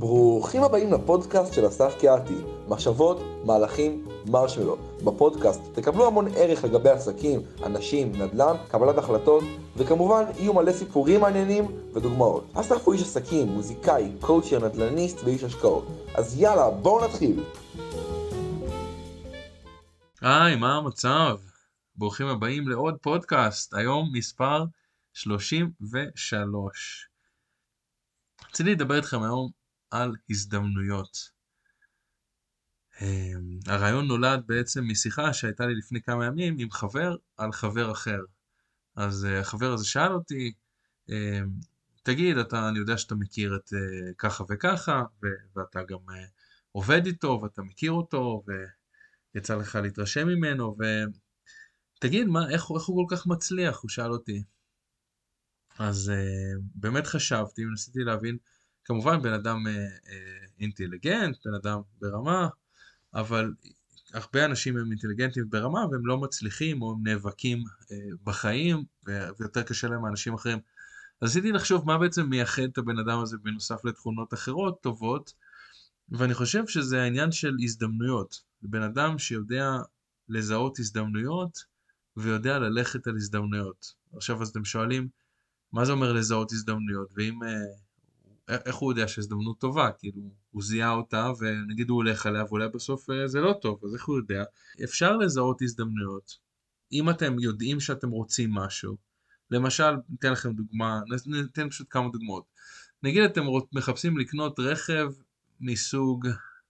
ברוכים הבאים לפודקאסט של אסף קיאתי, מחשבות, מהלכים, מרשמלו. בפודקאסט תקבלו המון ערך לגבי עסקים, אנשים, נדל"ן, קבלת החלטות, וכמובן יהיו מלא סיפורים מעניינים ודוגמאות. אסף הוא איש עסקים, מוזיקאי, קואוצ'ר, נדל"ניסט ואיש השקעות. אז יאללה, בואו נתחיל. היי, מה המצב? ברוכים הבאים לעוד פודקאסט, היום מספר 33. רציתי לדבר איתכם היום על הזדמנויות. הרעיון נולד בעצם משיחה שהייתה לי לפני כמה ימים עם חבר על חבר אחר. אז החבר הזה שאל אותי, תגיד, אני יודע שאתה מכיר את ככה וככה, ואתה גם עובד איתו, ואתה מכיר אותו, ויצא לך להתרשם ממנו, ותגיד, איך הוא כל כך מצליח? הוא שאל אותי. אז באמת חשבתי, וניסיתי להבין, כמובן בן אדם אינטליגנט, בן אדם ברמה, אבל הרבה אנשים הם אינטליגנטים ברמה, והם לא מצליחים, או הם נאבקים בחיים, ויותר קשה להם מאנשים אחרים. אז רציתי לחשוב מה בעצם מייחד את הבן אדם הזה, בנוסף לתכונות אחרות טובות, ואני חושב שזה העניין של הזדמנויות. זה בן אדם שיודע לזהות הזדמנויות, ויודע ללכת על הזדמנויות. עכשיו אז אתם שואלים, מה זה אומר לזהות הזדמנויות? ואם, איך הוא יודע שהזדמנות טובה? כאילו, הוא זיהה אותה, ונגיד הוא הולך עליה, ואולי בסוף זה לא טוב, אז איך הוא יודע? אפשר לזהות הזדמנויות, אם אתם יודעים שאתם רוצים משהו. למשל, ניתן לכם דוגמה, ניתן פשוט כמה דוגמאות. נגיד אתם מחפשים לקנות רכב מסוג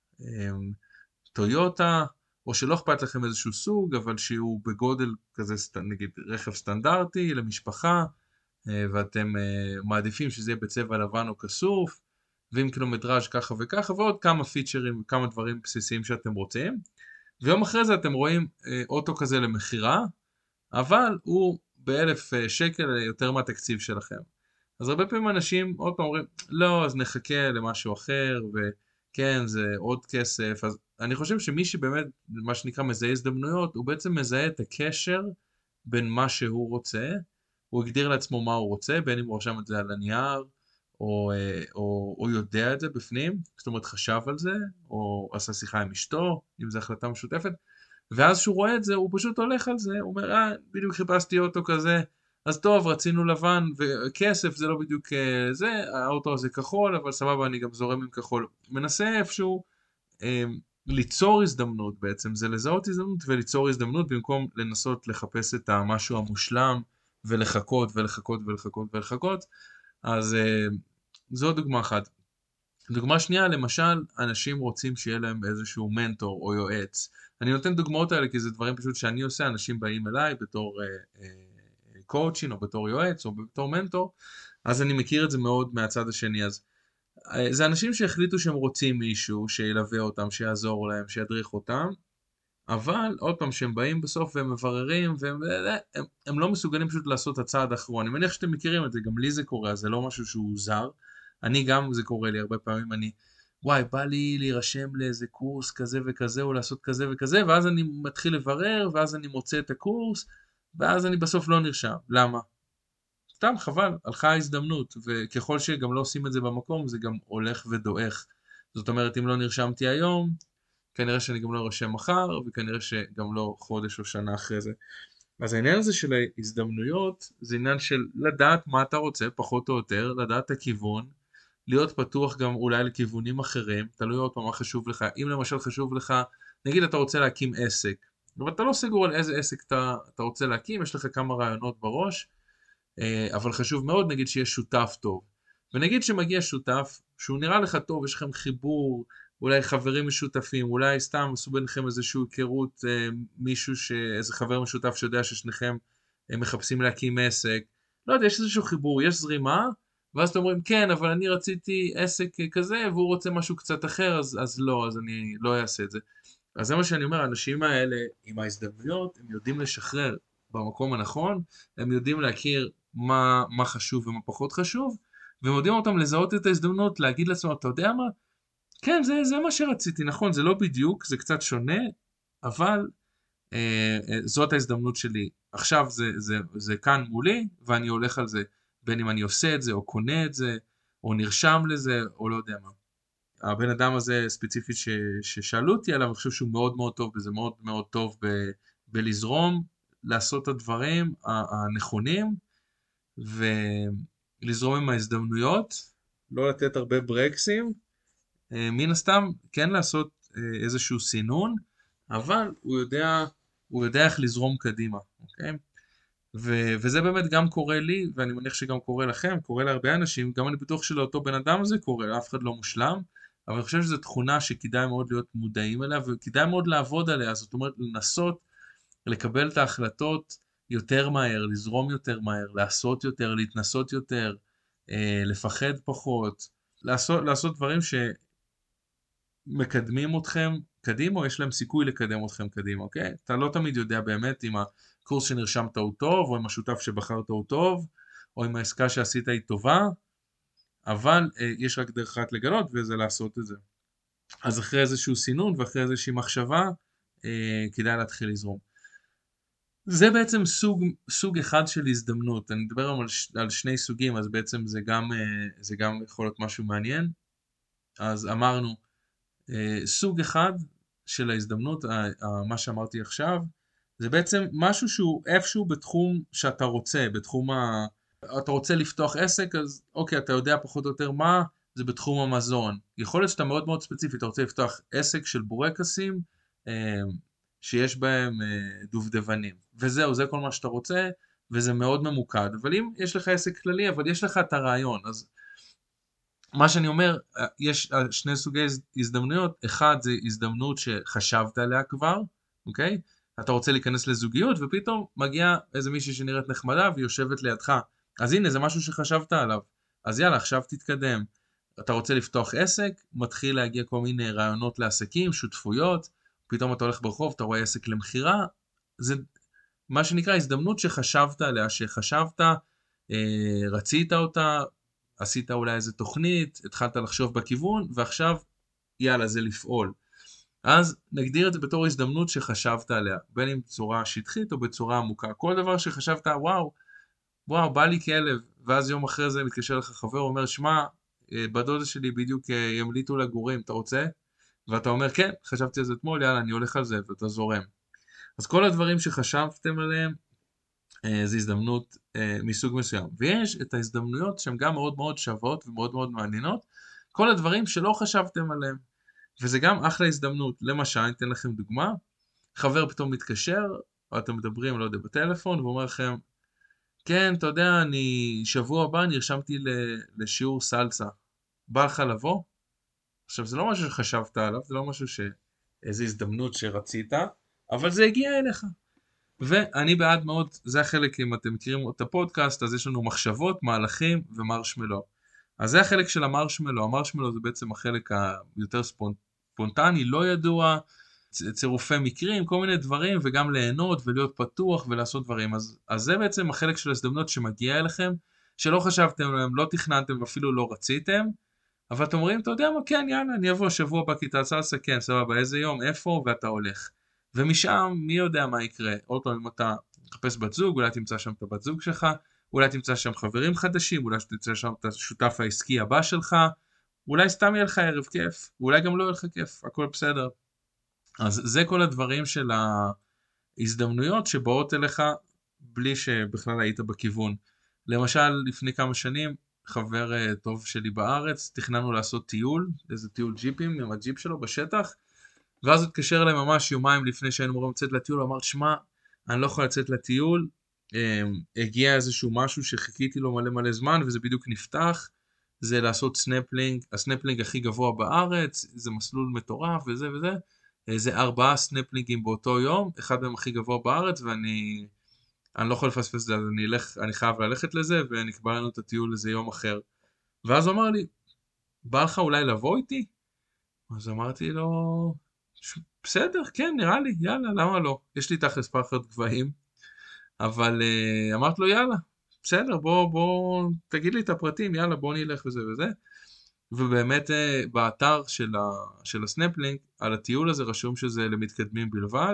טויוטה, או שלא אכפת לכם איזשהו סוג, אבל שהוא בגודל כזה, נגיד רכב סטנדרטי למשפחה, ואתם מעדיפים שזה יהיה בצבע לבן או כסוף, ועם קילומטראז' ככה וככה, ועוד כמה פיצ'רים וכמה דברים בסיסיים שאתם רוצים. ויום אחרי זה אתם רואים אוטו כזה למחירה, אבל הוא ב1,000 שקל יותר מהתקציב שלכם. אז הרבה פעמים אנשים עוד פעם אומרים, לא, אז נחכה למשהו אחר, וכן, זה עוד כסף. אז אני חושב שמי שבאמת, מה שנקרא מזהה הזדמנויות, הוא בעצם מזהה את הקשר בין מה שהוא רוצה, הוא הגדיר לעצמו מה הוא רוצה, בין אם הוא רשם את זה על הנייר, או יודע את זה בפנים, זאת אומרת חשב על זה, או עשה שיחה עם אשתו, אם זו החלטה משותפת, ואז שהוא רואה את זה, הוא פשוט הולך על זה, הוא אומר, בדיוק חיפשתי אוטו כזה, אז טוב, רצינו לבן, וכסף זה לא בדיוק זה, האוטו הזה כחול, אבל סבבה, אני גם זורם עם כחול. מנסה איפשהו ליצור הזדמנות בעצם, זה לזהות הזדמנות וליצור הזדמנות, במקום לנסות לחפש את המשהו המושלם, ולחכות ולחכות ולחכות ולחכות. אז זו דוגמה אחת. דוגמה שנייה, למשל, אנשים רוצים שיהיה להם איזשהו מנטור או יועץ. אני נותן דוגמאות האלה כי זה דברים פשוט שאני עושה, אנשים באים אליי בתור קואוצ'ין או בתור יועץ או בתור מנטור, אז אני מכיר את זה מאוד מהצד השני. אז זה אנשים שהחליטו שהם רוצים מישהו שילווה אותם, שיעזור להם, שידריך אותם, אבל עוד פעם שהם באים בסוף והם מבררים והם לא מסוגלים פשוט לעשות את הצעד האחרון. אני מניח שאתם מכירים את זה, גם לי זה קורה, זה לא משהו שהוא זר. אני גם, זה קורה לי הרבה פעמים, בא לי להירשם לאיזה קורס כזה וכזה, או לעשות כזה וכזה, ואז אני מתחיל לברר, ואז אני מוצא את הקורס, ואז אני בסוף לא נרשם. למה? סתם חבל, הלכה ההזדמנות, וככל שגם לא עושים את זה במקום, זה גם הולך ודועך. זאת אומרת, אם לא נרשמתי היום, כנראה שאני גם לא ארשם מחר, וכנראה שגם לא חודש או שנה אחרי זה. אז העניין הזה של ההזדמנויות, זה עניין של לדעת מה אתה רוצה, פחות או יותר, לדעת את הכיוון, להיות פתוח גם אולי לכיוונים אחרים, תלוי עוד פעם מה חשוב לך. אם למשל חשוב לך, נגיד אתה רוצה להקים עסק, אבל אתה לא סגור על איזה עסק אתה רוצה להקים, יש לך כמה רעיונות בראש, אבל חשוב מאוד נגיד שיש שותף טוב. ונגיד שמגיע שותף, שהוא נראה לך טוב, יש לכם חיבור, אולי חברים משותפים, אולי סתם עשו ביניכם איזושהי היכרות, איזה חבר משותף שיודע ששניכם מחפשים להקים עסק, לא יודע, יש איזשהו חיבור, יש זרימה, ואז אתם אומרים, כן, אבל אני רציתי עסק כזה, והוא רוצה משהו קצת אחר, אז לא, אז אני לא אעשה את זה. אז זה מה שאני אומר, האנשים האלה, עם ההזדמנויות, הם יודעים לשחרר במקום הנכון, הם יודעים להכיר מה חשוב ומה פחות חשוב, והם יודעים אותם לזהות את ההזדמנות, להגיד לעצמם, אתה יודע מה? כן, זה מה שרציתי, נכון, זה לא בדיוק, זה קצת שונה, אבל זאת ההזדמנות שלי. עכשיו זה כאן מולי, ואני הולך על זה, בין אם אני עושה את זה, או קונה את זה, או נרשם לזה, או לא יודע מה. הבן אדם הזה ספציפית ששאלו אותי עליו, אני חושב שהוא מאוד מאוד טוב בזה, מאוד מאוד טוב בלזרום, לעשות את הדברים הנכונים, ולזרום עם ההזדמנויות, לא לתת הרבה ברקסים, מן הסתם כן לעשות איזשהו סינון, אבל הוא יודע איך לזרום קדימה, אוקיי? וזה באמת גם קורה לי, ואני מניח שגם קורה לכם, קורה להרבה אנשים, גם אני בטוח שלאותו בן אדם הזה קורה, אף אחד לא מושלם, אבל אני חושב שזו תכונה שכדאי מאוד להיות מודעים אליה, וכדאי מאוד לעבוד עליה, זאת אומרת לנסות לקבל את ההחלטות יותר מהר, לזרום יותר מהר, לעשות יותר, להתנסות יותר, לפחד פחות, לעשות דברים שמקדמים אתכם קדימה, או יש להם סיכוי לקדם אתכם קדימה, אוקיי? אתה לא תמיד יודע באמת אם הקורס שנרשמת הוא טוב, או אם השותף שבחרת הוא טוב, או אם העסקה שעשית היא טובה, אבל יש רק דרך אחת לגלות, וזה לעשות את זה. אז אחרי איזשהו סינון, ואחרי איזושהי מחשבה, כדאי להתחיל לזרום. זה בעצם סוג אחד של הזדמנות. אני מדבר על שני סוגים, אז בעצם זה גם יכול להיות משהו מעניין. אז אמרנו, סוג אחד של ההזדמנות, מה שאמרתי עכשיו, זה בעצם משהו שהוא איפשהו בתחום שאתה רוצה, אתה רוצה לפתוח עסק, אז אוקיי, אתה יודע פחות או יותר מה, זה בתחום המזון. יכול להיות שאתה מאוד מאוד ספציפי, אתה רוצה לפתוח עסק של בורקסים, שיש בהם דובדבנים. וזהו, זה כל מה שאתה רוצה, וזה מאוד ממוקד. אבל אם יש לך עסק כללי, אבל יש לך את הרעיון, אז מה שאני אומר, יש שני סוגי הזדמנויות. אחד זה הזדמנות שחשבת עליה כבר, אוקיי? אתה רוצה להיכנס לזוגיות, ופתאום מגיע איזה מישהי שנראית נחמדה, והיא יושבת לידך. אז הנה, זה משהו שחשבת עליו. אז יאללה, עכשיו תתקדם. אתה רוצה לפתוח עסק, מתחיל להגיע כל מיני רעיונות לעסקים, שותפויות, פתאום אתה הולך ברחוב, אתה רואה עסק למחירה, זה מה שנקרא הזדמנות שחשבת עליה, רצית אותה, עשית אולי איזה תוכנית, התחלת לחשוב בכיוון, ועכשיו, יאללה, זה לפעול. אז נגדיר את זה בתור הזדמנות שחשבת עליה, בין אם בצורה שטחית או בצורה עמוקה. כל דבר שחשבת, וואו, בא לי כלב, ואז יום אחרי זה מתקשר לך חבר, אומר, שמע, בדודה שלי בדיוק ימליטו לגורים, אתה רוצה? ואתה אומר, כן, חשבתי על זה אתמול, יאללה, אני הולך על זה, ואתה זורם. אז כל הדברים שחשבתם עליהם, זה הזדמנות מסוג מסוים. ויש את ההזדמנויות שהן גם מאוד מאוד שוות ומאוד מאוד מעניינות, כל הדברים שלא חשבתם עליהם. וזה גם אחלה הזדמנות. למשל, אני אתן לכם דוגמה, חבר פתאום מתקשר, או אתם מדברים, לא יודע, בטלפון, ואומר לכם, כן, אתה יודע, שבוע הבא נרשמתי לשיעור סלסה. בא לך לבוא? עכשיו, זה לא משהו שחשבת עליו, זה לא משהו איזו הזדמנות שרצית, אבל זה הגיע אליך. ואני בעד מאוד, זה החלק, אם אתם מכירים את הפודקאסט, אז יש לנו מחשבות, מהלכים ומרשמלו. אז זה החלק של המרשמלו. המרשמלו זה בעצם החלק היותר ספונטני, לא ידוע, צירופי מקרים, כל מיני דברים, וגם ליהנות ולהיות פתוח ולעשות דברים. אז זה בעצם החלק של ההזדמנות שמגיע אליכם, שלא חשבתם עליהם, לא תכננתם ואפילו לא רציתם, אבל אתם אומרים, אתה יודע מה, כן, יאללה, אני אבוא שבוע בכיתה סלסה, כן, סבבה, איזה יום, איפה, ואתה הולך. ומשם, מי יודע מה יקרה. עוד פעם, אם אתה מחפש בת זוג, אולי תמצא שם את הבת זוג שלך, אולי תמצא שם חברים חדשים, אולי תמצא שם את השותף העסקי הבא שלך, אולי סתם יהיה לך ערב כיף, ואולי גם לא יהיה לך כיף, הכל בסדר. אז זה כל הדברים של ההזדמנויות שבאות אליך, בלי שבכלל היית בכיוון. למשל, לפני כמה שנים, חבר טוב שלי בארץ, תכננו לעשות טיול, איזה טיול ג'יפים עם הג'יפ שלו בשטח, ואז הוא התקשר אליי ממש יומיים לפני שהיינו אמורים לצאת לטיול, הוא אמר, שמע, אני לא יכול לצאת לטיול, הגיע איזשהו משהו שחיכיתי לו מלא זמן, וזה בדיוק נפתח, זה לעשות סנפלינג, הסנפלינג הכי גבוה בארץ, זה מסלול מטורף וזה, זה 4 סנפלינגים באותו יום, אחד מהם הכי גבוה בארץ, ואני לא יכול לפספס את זה, אז אני חייב ללכת לזה, ונקבע לנו את הטיול לזה יום אחר. ואז הוא אמר לי, בא לך אולי לבוא איתי? אז אמרתי לו, בסדר, כן, נראה לי, יאללה, למה לא? יש לי תכלס פחד גבהים, אבל אמרתי לו, יאללה, בסדר, בוא, תגיד לי את הפרטים, יאללה, בוא נלך וזה. ובאמת באתר של הסנפלינג, על הטיול הזה רשום שזה למתקדמים בלבד,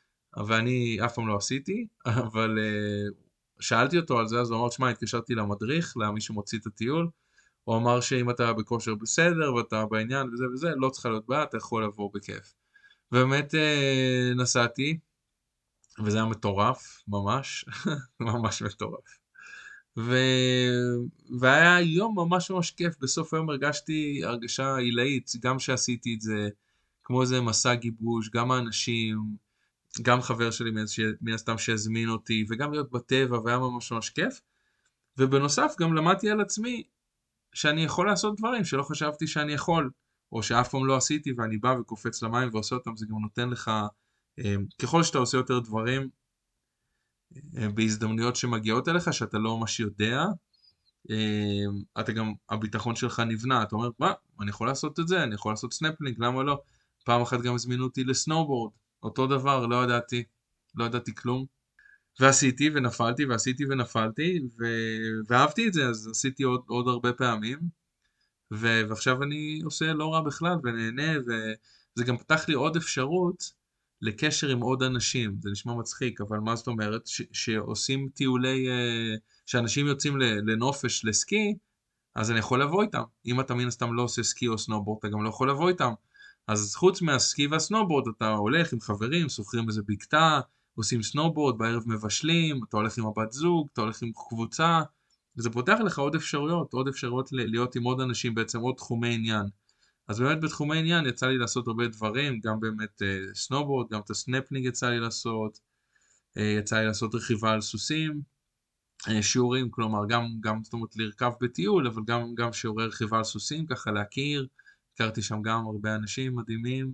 ואני אף פעם לא עשיתי, אבל שאלתי אותו על זה, אז הוא אמר, שמע, התקשרתי למדריך, למי שמוציא את הטיול, הוא אמר שאם אתה בכושר בסדר ואתה בעניין וזה וזה, לא צריכה להיות בעיה, אתה יכול לבוא בכיף. באמת נסעתי, וזה היה מטורף, ממש, ממש מטורף. ו... והיה יום ממש ממש כיף, בסוף היום הרגשתי הרגשה עילאית, גם שעשיתי את זה, כמו איזה מסע גיבוש, גם האנשים, גם חבר שלי מן הסתם שהזמין אותי, וגם להיות בטבע, והיה ממש ממש כיף. ובנוסף גם למדתי על עצמי שאני יכול לעשות דברים שלא חשבתי שאני יכול, או שאף פעם לא עשיתי, ואני בא וקופץ למים ועושה אותם, זה גם נותן לך, ככל שאתה עושה יותר דברים, בהזדמנויות שמגיעות אליך, שאתה לא ממש יודע, אתה גם, הביטחון שלך נבנה, אתה אומר, מה, אני יכול לעשות את זה, אני יכול לעשות סנפלינג, למה לא? פעם אחת גם הזמינו אותי לסנובורד, אותו דבר, לא ידעתי כלום, ועשיתי ונפלתי, ועשיתי ונפלתי, ואהבתי את זה, אז עשיתי עוד הרבה פעמים, ועכשיו אני עושה לא רע בכלל, ונהנה, וזה גם פתח לי עוד אפשרות לקשר עם עוד אנשים, זה נשמע מצחיק, אבל מה זאת אומרת? שעושים טיולי, שאנשים יוצאים לנופש, לסקי, אז אני יכול לבוא איתם. אם אתה מן הסתם לא עושה סקי או סנובורד, אתה גם לא יכול לבוא איתם. אז חוץ מהסקי והסנובורד, אתה הולך עם חברים, שוכרים איזה בקתה, עושים סנובורד, בערב מבשלים, אתה הולך עם הבת זוג, אתה הולך עם קבוצה, וזה פותח לך עוד אפשרויות להיות עם עוד אנשים, בעצם עוד תחומי עניין. אז באמת בתחומי עניין יצא לי לעשות הרבה דברים, גם באמת סנובורד, גם את הסנפלינג יצא לי לעשות, יצא לי לעשות רכיבה על סוסים, שיעורים, כלומר גם זאת אומרת לרכב בטיול, אבל גם שיעורי רכיבה על סוסים, ככה להכיר, הכרתי שם גם הרבה אנשים מדהימים,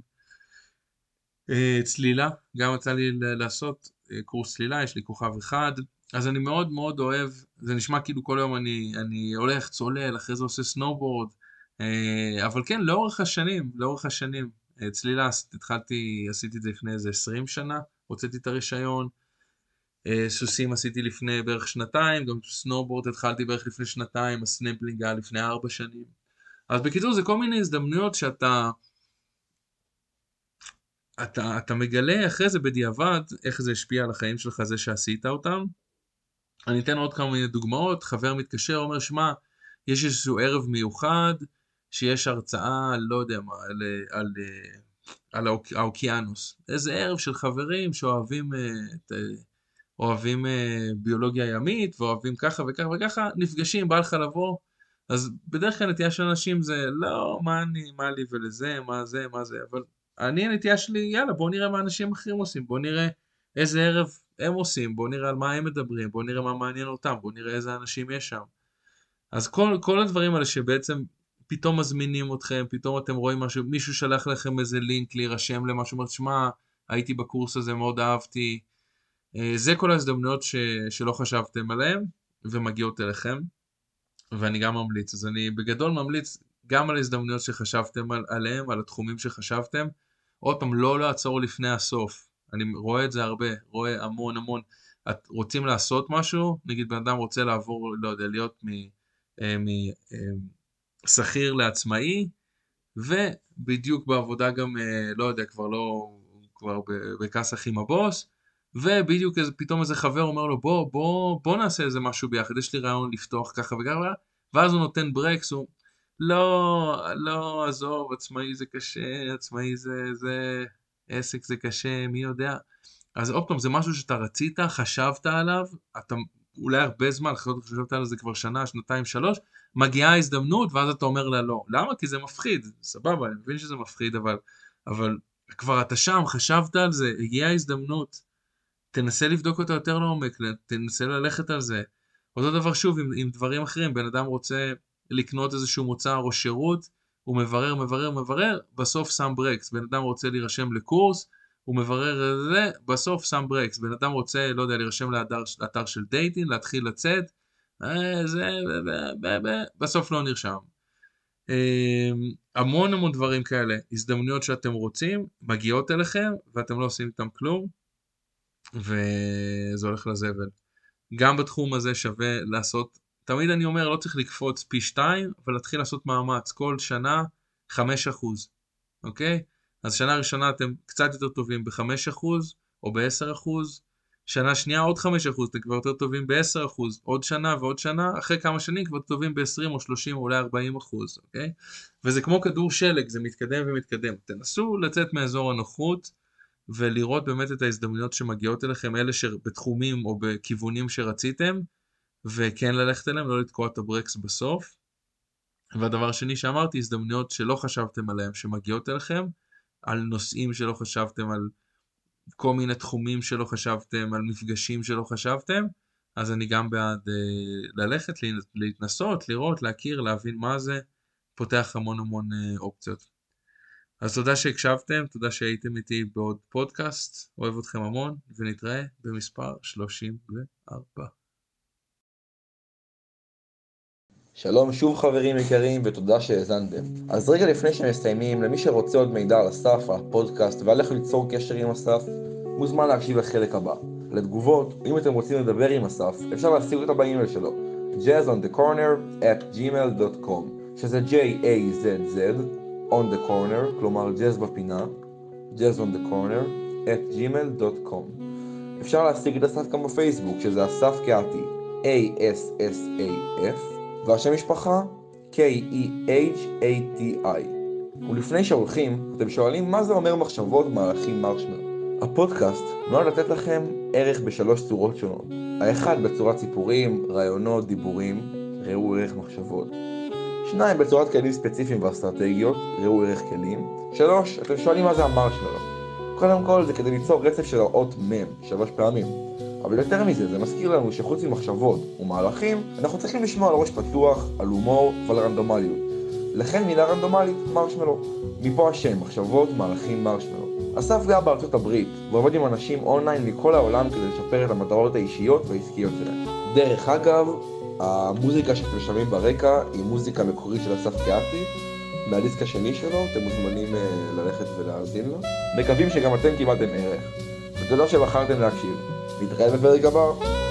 צלילה, גם יצא לי לעשות קורס צלילה, יש לי כוכב אחד, אז אני מאוד מאוד אוהב, זה נשמע כאילו כל יום אני הולך, צולל, אחרי זה עושה סנובורד, אבל כן, לאורך השנים, צלילה, עשיתי את זה לפני איזה 20 שנה, הוצאתי את הרישיון, סוסים עשיתי לפני בערך שנתיים, גם סנובורד התחלתי בערך לפני שנתיים, הסנפלינג היה לפני 4 שנים. אז בקיצור זה כל מיני הזדמנויות אתה מגלה אחרי זה בדיעבד איך זה השפיע על החיים שלך זה שעשית אותם. אני אתן עוד כמה מיני דוגמאות, חבר מתקשר, אומר, שמע, יש איזשהו ערב מיוחד, שיש הרצאה, לא יודע מה, על האוקיינוס. איזה ערב של חברים אוהבים ביולוגיה ימית, ואוהבים ככה וככה וככה, נפגשים, בא לך לבוא. אז בדרך כלל נטייה של אנשים זה, לא, מה לי ולזה, מה זה, אבל הנטייה שלי, יאללה, בוא נראה מה אנשים אחרים עושים, בוא נראה איזה ערב הם עושים, בוא נראה על מה הם מדברים, בוא נראה מה מעניין אותם, בוא נראה איזה אנשים יש שם. אז כל הדברים האלה שבעצם פתאום מזמינים אתכם, פתאום אתם רואים משהו, מישהו שלח לכם איזה לינק להירשם למשהו, אומר, שמע, הייתי בקורס הזה, מאוד אהבתי. זה כל ההזדמנויות שלא חשבתם עליהם, ומגיעות אליכם, ואני גם ממליץ. אז אני בגדול ממליץ גם על ההזדמנויות שחשבתם עליהם, על התחומים שחשבתם. עוד פעם, לא לעצור לפני הסוף. אני רואה את זה הרבה, רואה המון. רוצים לעשות משהו, נגיד בן אדם רוצה לעבור, לא יודע, להיות משכיר לעצמאי, ובדיוק בעבודה גם, לא יודע, כבר בכסח עם הבוס, ובדיוק פתאום איזה חבר אומר לו, בוא נעשה איזה משהו ביחד, יש לי רעיון לפתוח ככה וככה, ואז הוא נותן ברקס, הוא, לא, עזוב, עצמאי זה קשה, עצמאי זה עסק זה קשה, מי יודע. אז עוד פעם, זה משהו שאתה רצית, חשבת עליו, אתה אולי הרבה זמן, חשבת עליו זה כבר שנה, שנתיים, 3, מגיעה ההזדמנות, ואז אתה אומר לה לא. למה? כי זה מפחיד, סבבה, אני מבין שזה מפחיד, אבל כבר אתה שם, חשבת על זה, הגיעה ההזדמנות, תנסה לבדוק אותה יותר לעומק, תנסה ללכת על זה. אותו דבר שוב עם דברים אחרים, בן אדם רוצה לקנות איזשהו מוצר או שירות, הוא מברר, בסוף שם ברקס. בן אדם רוצה להירשם לקורס, הוא מברר את זה, בסוף שם ברקס. בן אדם רוצה, לא יודע, להירשם לאתר של דייטינג, להתחיל לצאת, בסוף לא נרשם. המון דברים כאלה, הזדמנויות שאתם רוצים, מגיעות אליכם, ואתם לא עושים איתם כלום, וזה הולך לזבל. גם בתחום הזה שווה לעשות, תמיד אני אומר, לא צריך לקפוץ פי 2, אבל להתחיל לעשות מאמץ, כל שנה 5%, אוקיי? אז שנה ראשונה אתם קצת יותר טובים ב5% או ב10%, שנה שנייה עוד 5%, אתם כבר יותר טובים ב-10%, עוד שנה ועוד שנה, אחרי כמה שנים כבר טובים ב-20 או 30 או אולי 40%, אוקיי? וזה כמו כדור שלג, זה מתקדם ומתקדם. תנסו לצאת מאזור הנוחות, ולראות באמת את ההזדמנויות שמגיעות אליכם, אלה שבתחומים או בכיוונים שרציתם, וכן ללכת אליהם, לא לתקוע את הברקס בסוף. והדבר השני שאמרתי, הזדמנויות שלא חשבתם עליהם, שמגיעות אליכם, על נושאים שלא חשבתם, על כל מיני תחומים שלא חשבתם, על מפגשים שלא חשבתם, אז אני גם בעד ללכת, להתנסות, לראות, להכיר, להבין מה זה, פותח המון אופציות. אז תודה שהקשבתם, תודה שהייתם איתי בעוד פודקאסט, אוהב אתכם המון, ונתראה במספר 34. שלום שוב חברים יקרים ותודה שהאזנתם. אז רגע לפני שמסיימים, למי שרוצה עוד מידע על אסף, על הפודקאסט ועל איך ליצור קשר עם אסף, מוזמן להקשיב לחלק הבא. לתגובות, אם אתם רוצים לדבר עם אסף, אפשר להשיג אותה באימייל שלו, jazzonthecorner@gmail.com, שזה J-A-Z-Z, on the corner, כלומר jazz בפינה, jazzonthecorner@gmail.com. אפשר להשיג את אסף גם בפייסבוק, שזה אסף קהתי, A-S-S-A-F, והשם משפחה, K-E-H-A-T-I. ולפני שהולכים, אתם שואלים מה זה אומר מחשבות מהלכים מרשמלו. הפודקאסט נועד לתת לכם ערך בשלוש צורות שונות. האחד בצורת סיפורים, רעיונות, דיבורים, ראו ערך מחשבות. שניים בצורת כלים ספציפיים ואסטרטגיות, ראו ערך כלים. שלוש, אתם שואלים מה זה המרשמלו. קודם כל זה כדי ליצור רצף של האות מם, 3 פעמים. אבל יותר מזה, זה מזכיר לנו שחוץ ממחשבות ומהלכים, אנחנו צריכים לשמוע על ראש פתוח, על הומור ועל רנדומליות. לכן מילה רנדומלית, מרשמלו. מפה השם, מחשבות, מהלכים, מרשמלו. אסף גר בארצות הברית, ועובד עם אנשים אונליין מכל העולם כדי לשפר את המטרות האישיות והעסקיות שלהם. דרך אגב, המוזיקה שאתם שומעים ברקע היא מוזיקה מקורית של אסף קהתי, מהדיסק השני שלו, אתם מוזמנים ללכת ולהאזין לו. מקווים שגם אתם קיבלתם ערך. ותודה שבחרתם להקשיב. נתראה בפרק הבא.